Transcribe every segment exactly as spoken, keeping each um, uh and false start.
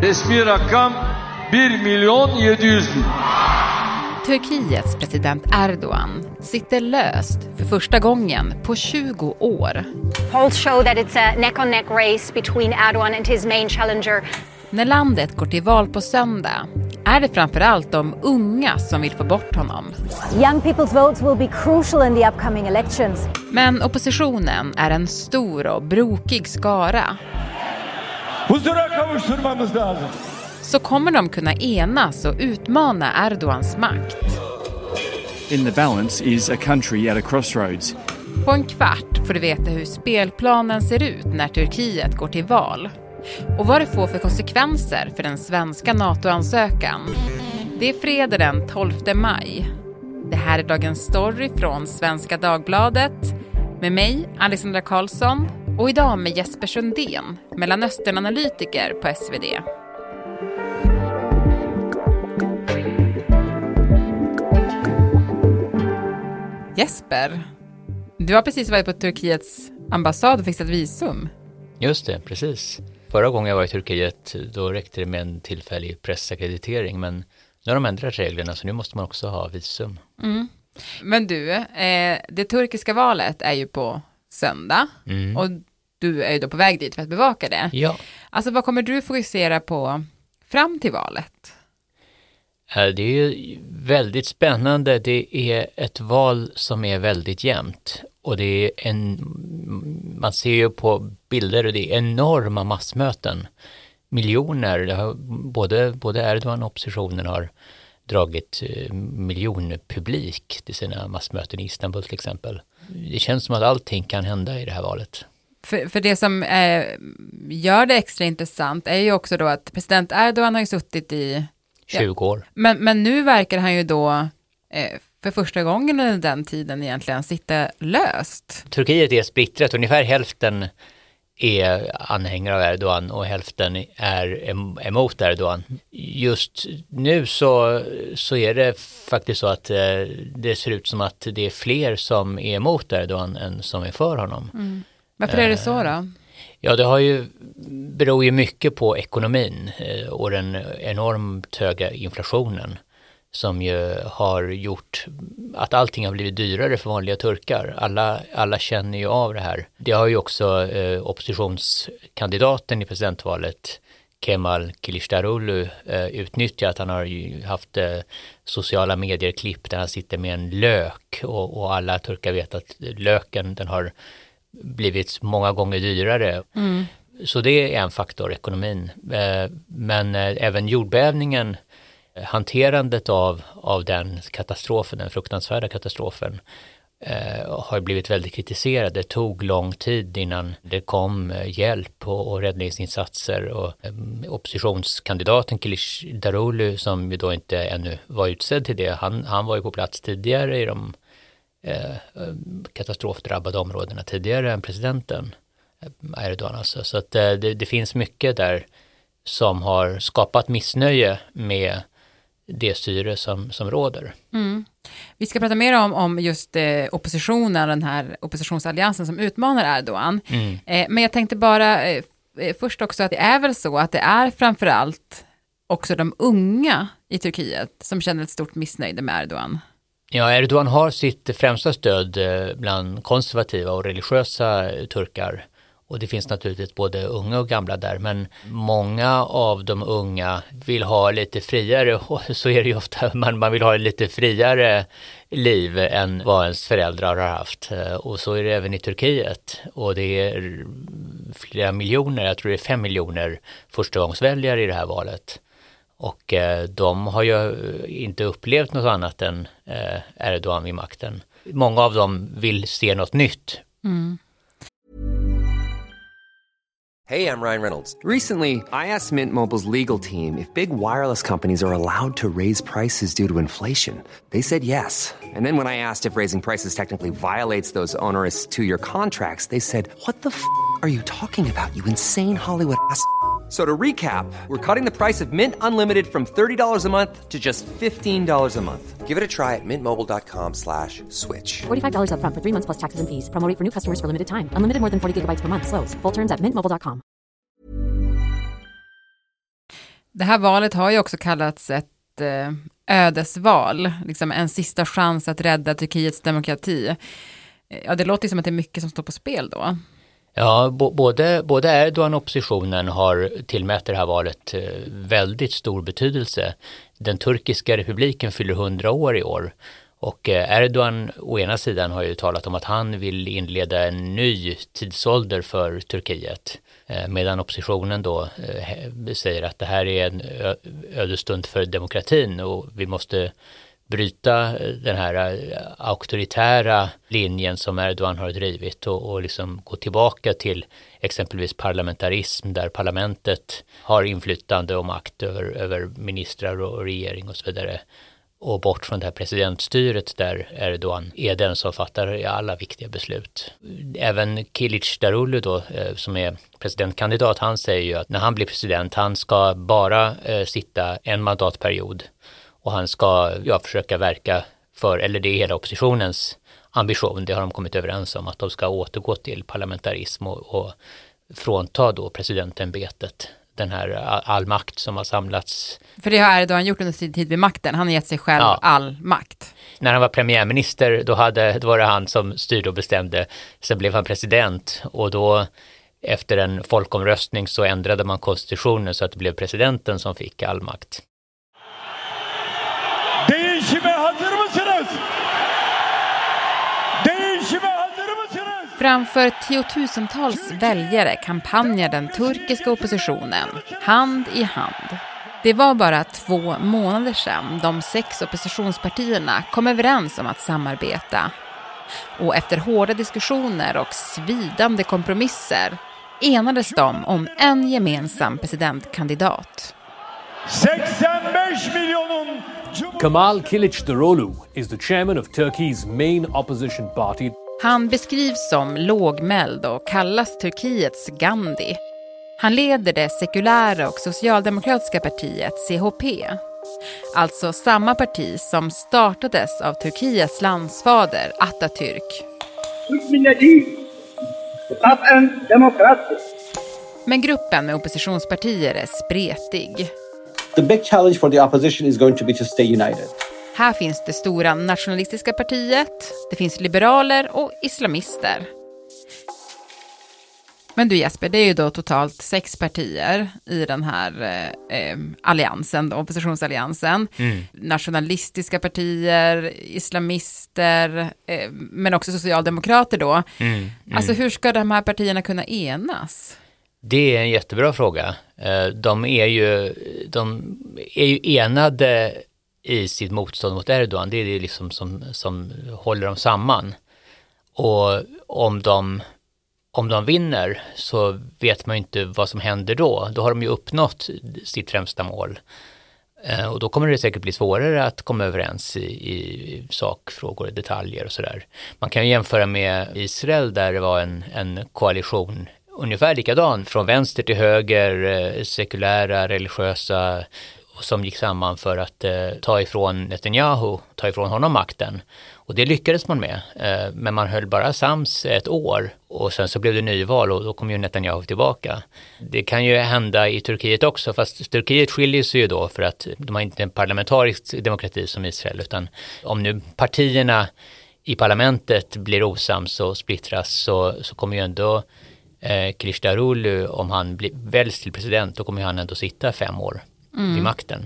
Resmi rakam bir miljon yedi yüz bin. Turkiets president Erdogan sitter löst för första gången på tjugo år. Polls show that it's a neck-on-neck race between Erdogan and his main challenger. När landet går till val på söndag är det framförallt de unga som vill få bort honom. Young people's votes will be crucial in the upcoming elections. Men oppositionen är en stor och brokig skara. Så kommer de kunna enas och utmana Erdogans makt. In the balance is a country at a crossroads. På en kvart får du veta hur spelplanen ser ut när Turkiet går till val. Och vad det får för konsekvenser för den svenska NATO-ansökan. Det är fredag den tolfte maj. Det här är dagens story från Svenska Dagbladet. Med mig, Alexandra Karlsson. Och idag med Jesper Sundén, Mellanösternanalytiker på S V D. Jesper, du har precis varit på Turkiets ambassad och fixat visum. Just det, precis. Förra gången jag var i Turkiet då räckte det med en tillfällig pressakkreditering, men nu har de ändrat reglerna så nu måste man också ha visum. Mm. Men du, eh, det turkiska valet är ju på söndag mm. och du är ju då på väg dit för att bevaka det. Ja. Alltså vad kommer du fokusera på fram till valet? Det är ju väldigt spännande. Det är ett val som är väldigt jämnt. Och det är en, man ser ju på bilder och det är enorma massmöten. Miljoner, det har, både, både Erdogan och oppositionen har dragit miljonpublik till sina massmöten i Istanbul till exempel. Det känns som att allting kan hända i det här valet. För, för det som eh, gör det extra intressant är ju också då att president Erdogan har ju suttit i tjugo år. Men, men nu verkar han ju då eh, för första gången under den tiden egentligen sitta löst. Turkiet är splittrat. Ungefär hälften är anhängare av Erdogan och hälften är emot Erdogan. Just nu så, så är det faktiskt så att eh, det ser ut som att det är fler som är emot Erdogan än som är för honom. Mm. Varför är det så då? Ja, det har ju, beror ju mycket på ekonomin och den enormt höga inflationen som ju har gjort att allting har blivit dyrare för vanliga turkar. Alla, alla känner ju av det här. Det har ju också eh, oppositionskandidaten i presidentvalet Kemal Kılıçdaroğlu eh, utnyttjat. Han har ju haft eh, sociala medier-klipp där han sitter med en lök och, och alla turkar vet att löken den har blivit många gånger dyrare. Mm. Så det är en faktor, ekonomin. Men även jordbävningen, hanterandet av, av den katastrofen, den fruktansvärda katastrofen, har blivit väldigt kritiserad. Det tog lång tid innan det kom hjälp och, och räddningsinsatser. Och oppositionskandidaten Kılıçdaroğlu, som ju då inte ännu var utsedd till det, han, han var ju på plats tidigare i de Eh, katastrofdrabbade områdena tidigare än presidenten Erdogan alltså. Så att eh, det, det finns mycket där som har skapat missnöje med det styre som, som råder. Mm. Vi ska prata mer om, om just eh, oppositionen, den här oppositionsalliansen som utmanar Erdogan. Mm. Eh, men jag tänkte bara eh, först också att det är väl så att det är framförallt också de unga i Turkiet som känner ett stort missnöje med Erdogan. Ja, Erdogan har sitt främsta stöd bland konservativa och religiösa turkar. Och det finns naturligtvis både unga och gamla där. Men många av de unga vill ha lite friare, och så är det ju ofta, man, man vill ha lite friare liv än vad ens föräldrar har haft. Och så är det även i Turkiet. Och det är flera miljoner, jag tror det är fem miljoner förstagångsväljare i det här valet. Och eh, de har ju inte upplevt något annat än eh, Erdogan vid makten. Många av dem vill se något nytt. Mm. Hey, I'm Ryan Reynolds. Recently, I asked Mint Mobile's legal team if big wireless companies are allowed to raise prices due to inflation. They said yes. And then when I asked if raising prices technically violates those onerous two-year contracts, they said, what the f*** are you talking about, you insane Hollywood ass f- So to recap, we're cutting the price of Mint Unlimited from thirty dollars a month to just fifteen dollars a month. Give it a try at mintmobile.com slash switch. forty-five dollars up front for three months plus taxes and fees. Promo rate for new customers for limited time. Unlimited more than forty gigabytes per month slows. Full terms at mint mobile dot com. Det här valet har ju också kallats ett eh, ödesval, liksom en sista chans att rädda Turkiets demokrati. Ja, det låter som att det är mycket som står på spel då. Ja, b- både, både Erdogan och oppositionen har tillmätt det här valet eh, väldigt stor betydelse. Den turkiska republiken fyller hundra år i år. Och Erdogan å ena sidan har ju talat om att han vill inleda en ny tidsålder för Turkiet. Medan oppositionen då säger att det här är en ödesstund för demokratin och vi måste bryta den här auktoritära linjen som Erdogan har drivit och, och liksom gå tillbaka till exempelvis parlamentarism där parlamentet har inflytande och makt över, över ministrar och regering och så vidare. Och bort från det här presidentstyret där Erdogan är den som fattar alla viktiga beslut. Även Kılıçdaroğlu då, som är presidentkandidat, han säger ju att när han blir president, han ska bara eh, sitta en mandatperiod och han ska ja, försöka verka för, eller det är hela oppositionens ambition, det har de kommit överens om, att de ska återgå till parlamentarism och, och frånta då presidentämbetet. Den här all makt som har samlats. För det har Erdogan gjort under sin tid vid makten. Han har gett sig själv ja. all makt. När han var premiärminister då, hade, då var det han som styrde och bestämde. Sen blev han president och då efter en folkomröstning så ändrade man konstitutionen så att det blev presidenten som fick all makt. Framför tiotusentals väljare kampanjar den turkiska oppositionen, hand i hand. Det var bara två månader sedan de sex oppositionspartierna kom överens om att samarbeta. Och efter hårda diskussioner och svidande kompromisser enades de om en gemensam presidentkandidat. Kemal Kılıçdaroğlu is the chairman of Turkey's main opposition party. Han beskrivs som lågmäld och kallas Turkiets Gandhi. Han leder det sekulära och socialdemokratiska partiet C H P. Alltså samma parti som startades av Turkiets landsfader Atatürk. Men gruppen med oppositionspartier är spretig. The big challenge for the opposition is going to be to stay united. Här finns det stora nationalistiska partiet, det finns liberaler och islamister. Men du Jesper, det är ju då totalt sex partier i den här eh, alliansen, oppositionsalliansen. Mm. Nationalistiska partier, islamister, eh, men också socialdemokrater då. Mm. Mm. Alltså hur ska de här partierna kunna enas? Det är en jättebra fråga. De är ju, de är ju enade i sitt motstånd mot Erdogan. Det är det liksom som, som håller dem samman. Och om de, om de vinner så vet man ju inte vad som händer då. Då har de ju uppnått sitt främsta mål. Och då kommer det säkert bli svårare att komma överens i, i sakfrågor, detaljer och sådär. Man kan ju jämföra med Israel där det var en, en koalition ungefär likadan. Från vänster till höger, sekulära, religiösa som gick samman för att eh, ta ifrån Netanyahu, ta ifrån honom makten. Och det lyckades man med. Eh, men man höll bara sams ett år och sen så blev det nyval och då kom ju Netanyahu tillbaka. Det kan ju hända i Turkiet också, fast Turkiet skiljer sig ju då för att de har inte en parlamentarisk demokrati som Israel, utan om nu partierna i parlamentet blir osams och splittras så, så kommer ju ändå eh, Kılıçdaroğlu, om han blir, väljs till president, då kommer han ändå sitta fem år. Mm. vid makten.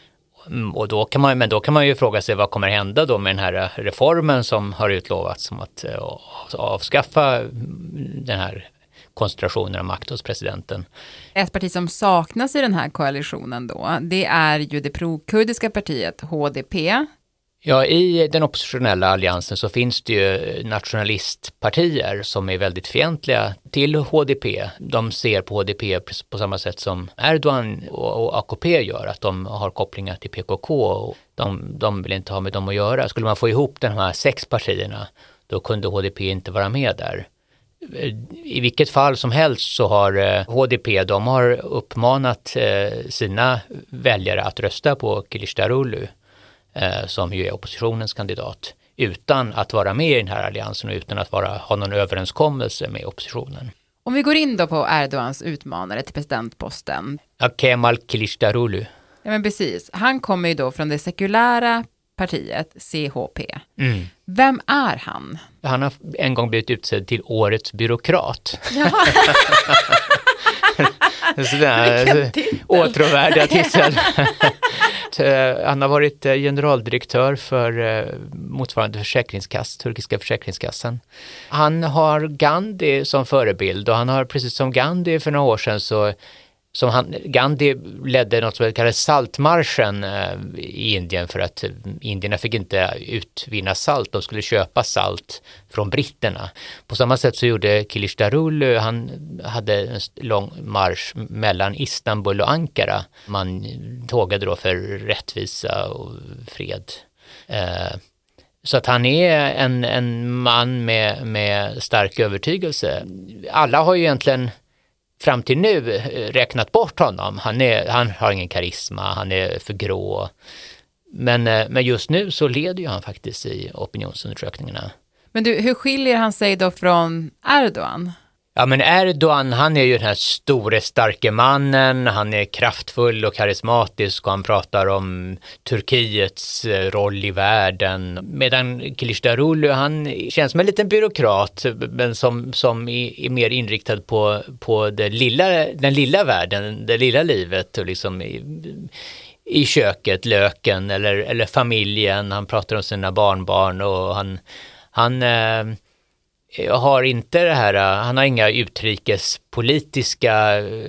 Och då kan man, men då kan man ju fråga sig vad kommer hända då med den här reformen som har utlovats som att uh, avskaffa den här koncentrationen av makt hos presidenten. Ett parti som saknas i den här koalitionen då, det är ju det pro-kurdiska partiet H D P. Ja, i den oppositionella alliansen så finns det ju nationalistpartier som är väldigt fientliga till H D P. De ser på H D P på samma sätt som Erdogan och A K P gör, att de har kopplingar till P K K och de, de vill inte ha med dem att göra. Skulle man få ihop de här sex partierna, då kunde H D P inte vara med där. I vilket fall som helst så har H D P, de har uppmanat sina väljare att rösta på Kılıçdaroğlu, som ju är oppositionens kandidat, utan att vara med i den här alliansen och utan att vara, ha någon överenskommelse med oppositionen. Om vi går in då på Erdogans utmanare till presidentposten. Ja, Kemal Kılıçdaroğlu. Ja, men precis. Han kommer ju då från det sekulära partiet C H P. Mm. Vem är han? Han har en gång blivit utsedd till årets byråkrat. Ja. Sådär åtråvärdiga titel. Han har varit generaldirektör för motsvarande försäkringskass, turkiska försäkringskassan. Han har Gandhi som förebild och han har precis som Gandhi för några år sedan så som han, Gandhi ledde något som kallades saltmarschen eh, i Indien för att indierna fick inte utvinna salt, de skulle köpa salt från britterna. På samma sätt så gjorde Kılıçdaroğlu, han hade en lång marsch mellan Istanbul och Ankara. Man tågade då för rättvisa och fred. Eh, Så att han är en, en man med, med stark övertygelse. Alla har ju egentligen fram till nu räknat bort honom. Han, är, han har ingen karisma, han är för grå. Men, men just nu så leder ju han faktiskt i opinionsundersökningarna. Men du, hur skiljer han sig då från Erdogan? Ja, men Erdogan, han är ju den här store, starke mannen. Han är kraftfull och karismatisk och han pratar om Turkiets roll i världen. Medan Kılıçdaroğlu, han känns som en liten byråkrat, men som, som är, är mer inriktad på, på det lilla, den lilla världen, det lilla livet och liksom i, i köket, löken eller, eller familjen. Han pratar om sina barnbarn och han... han Jag har inte det här, han har inga utrikespolitiska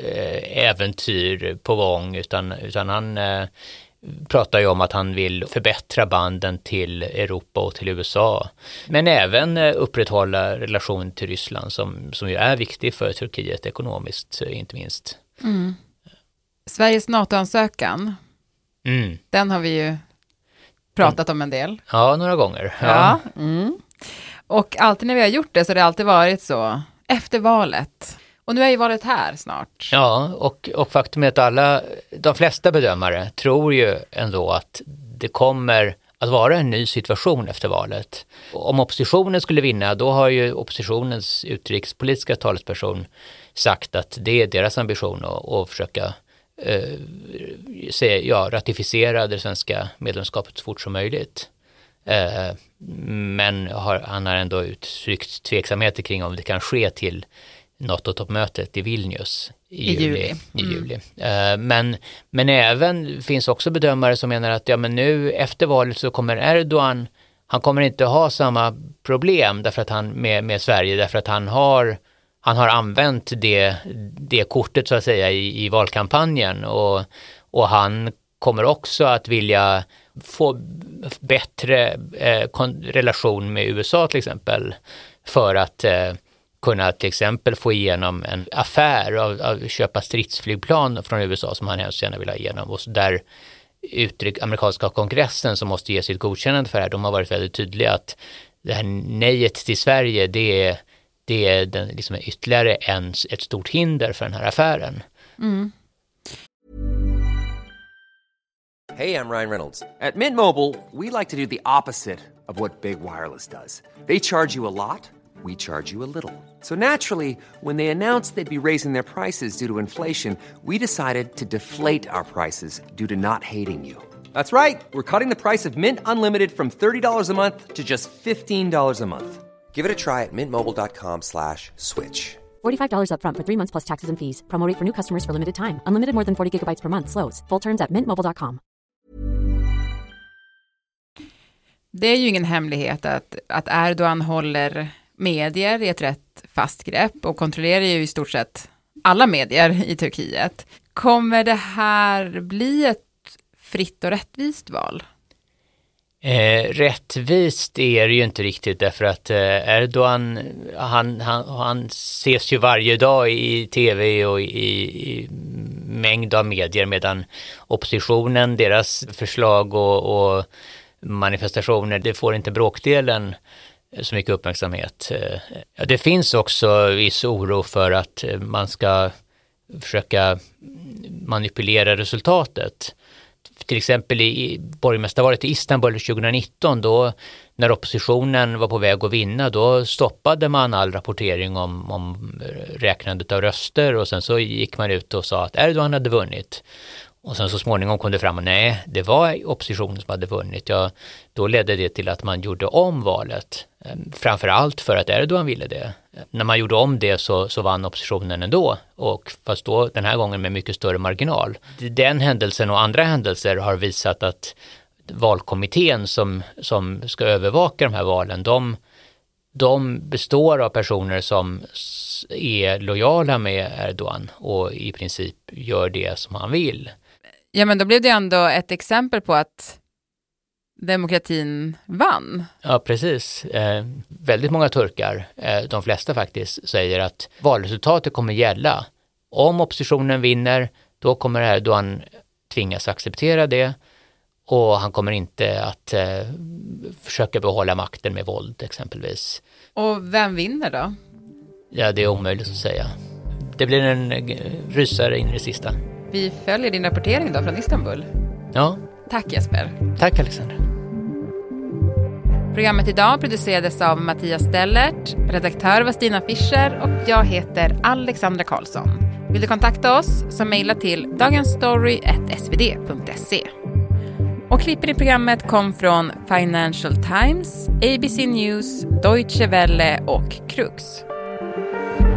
äventyr på gång utan, utan han eh, pratar ju om att han vill förbättra banden till Europa och till U S A. Men även eh, upprätthålla relation till Ryssland som, som ju är viktig för Turkiet ekonomiskt inte minst. Mm. Sveriges NATO-ansökan, mm. den har vi ju pratat om en del. Ja, några gånger. Ja. Ja. Mm. Och alltid när vi har gjort det så har det alltid varit så efter valet. Och nu är ju valet här snart. Ja, och, och faktum är att alla, de flesta bedömare tror ju ändå att det kommer att vara en ny situation efter valet. Om oppositionen skulle vinna, då har ju oppositionens utrikespolitiska talesperson sagt att det är deras ambition att, att försöka eh, se, ja, ratificera det svenska medlemskapet så fort som möjligt. Eh, men har, han har ändå uttryckt tveksamheter kring om det kan ske till NATO-toppmötet i Vilnius i, I juli. juli. I Mm. juli. Eh, men, men även finns också bedömare som menar att ja, men nu efter valet så kommer Erdogan, han kommer inte ha samma problem därför att han, med, med Sverige därför att han har, han har använt det, det kortet så att säga i, i valkampanjen och, och han kommer också att vilja få bättre eh, kon- relation med U S A till exempel för att eh, kunna till exempel få igenom en affär av, av köpa stridsflygplan från U S A som han helst gärna vill ha igenom och där uttryck amerikanska kongressen som måste ge sitt godkännande för det här, de har varit väldigt tydliga att det här nejet till Sverige det är, det är den, liksom ytterligare en, ett stort hinder för den här affären. Mm. Hey, I'm Ryan Reynolds. At Mint Mobile, we like to do the opposite of what Big Wireless does. They charge you a lot, we charge you a little. So naturally, when they announced they'd be raising their prices due to inflation, we decided to deflate our prices due to not hating you. That's right. We're cutting the price of Mint Unlimited from thirty dollars a month to just fifteen dollars a month. Give it a try at mintmobile.com slash switch. forty-five dollars up front for three months plus taxes and fees. Promo rate for new customers for limited time. Unlimited more than forty gigabytes per month. Slows full terms at mint mobile dot com. Det är ju ingen hemlighet att, att Erdogan håller medier i ett rätt fast grepp och kontrollerar ju i stort sett alla medier i Turkiet. Kommer det här bli ett fritt och rättvist val? Eh, rättvist är det ju inte riktigt därför att eh, Erdogan han, han, han ses ju varje dag i tv och i, i mängd av medier medan oppositionen, deras förslag och, och manifestationer, det får inte bråkdelen så mycket uppmärksamhet. Ja, det finns också viss oro för att man ska försöka manipulera resultatet. till exempel i borgmästarvalet i Istanbul tjugonitton, då när oppositionen var på väg att vinna, då stoppade man all rapportering om, om räknandet av röster och sen så gick man ut och sa att Erdogan hade vunnit. Och sen så småningom kom det fram att nej, det var oppositionen som hade vunnit. Ja, då ledde det till att man gjorde om valet. Framförallt för att Erdogan ville det. När man gjorde om det så, så vann oppositionen ändå. Och fast då den här gången med mycket större marginal. Den händelsen och andra händelser har visat att valkommittén som, som ska övervaka de här valen, de, de består av personer som är lojala med Erdogan och i princip gör det som han vill. Ja, men då blev det ändå ett exempel på att demokratin vann. Ja, precis. Eh, väldigt många turkar, eh, de flesta faktiskt, säger att valresultatet kommer gälla. Om oppositionen vinner, då kommer Erdogan tvingas acceptera det och han kommer inte att eh, försöka behålla makten med våld exempelvis. Och vem vinner då? Ja, det är omöjligt att säga. Det blir en eh, rysare in i det sista. Vi följer din rapportering då från Istanbul. Ja. Tack Jesper. Tack Alexandra. Programmet idag producerades av Mattias Stellert, redaktör var Stina Fischer och jag heter Alexandra Karlsson. Vill du kontakta oss så mejla till dagensstory at s v d punkt se. Och klippen i programmet kom från Financial Times, A B C News, Deutsche Welle och Krux.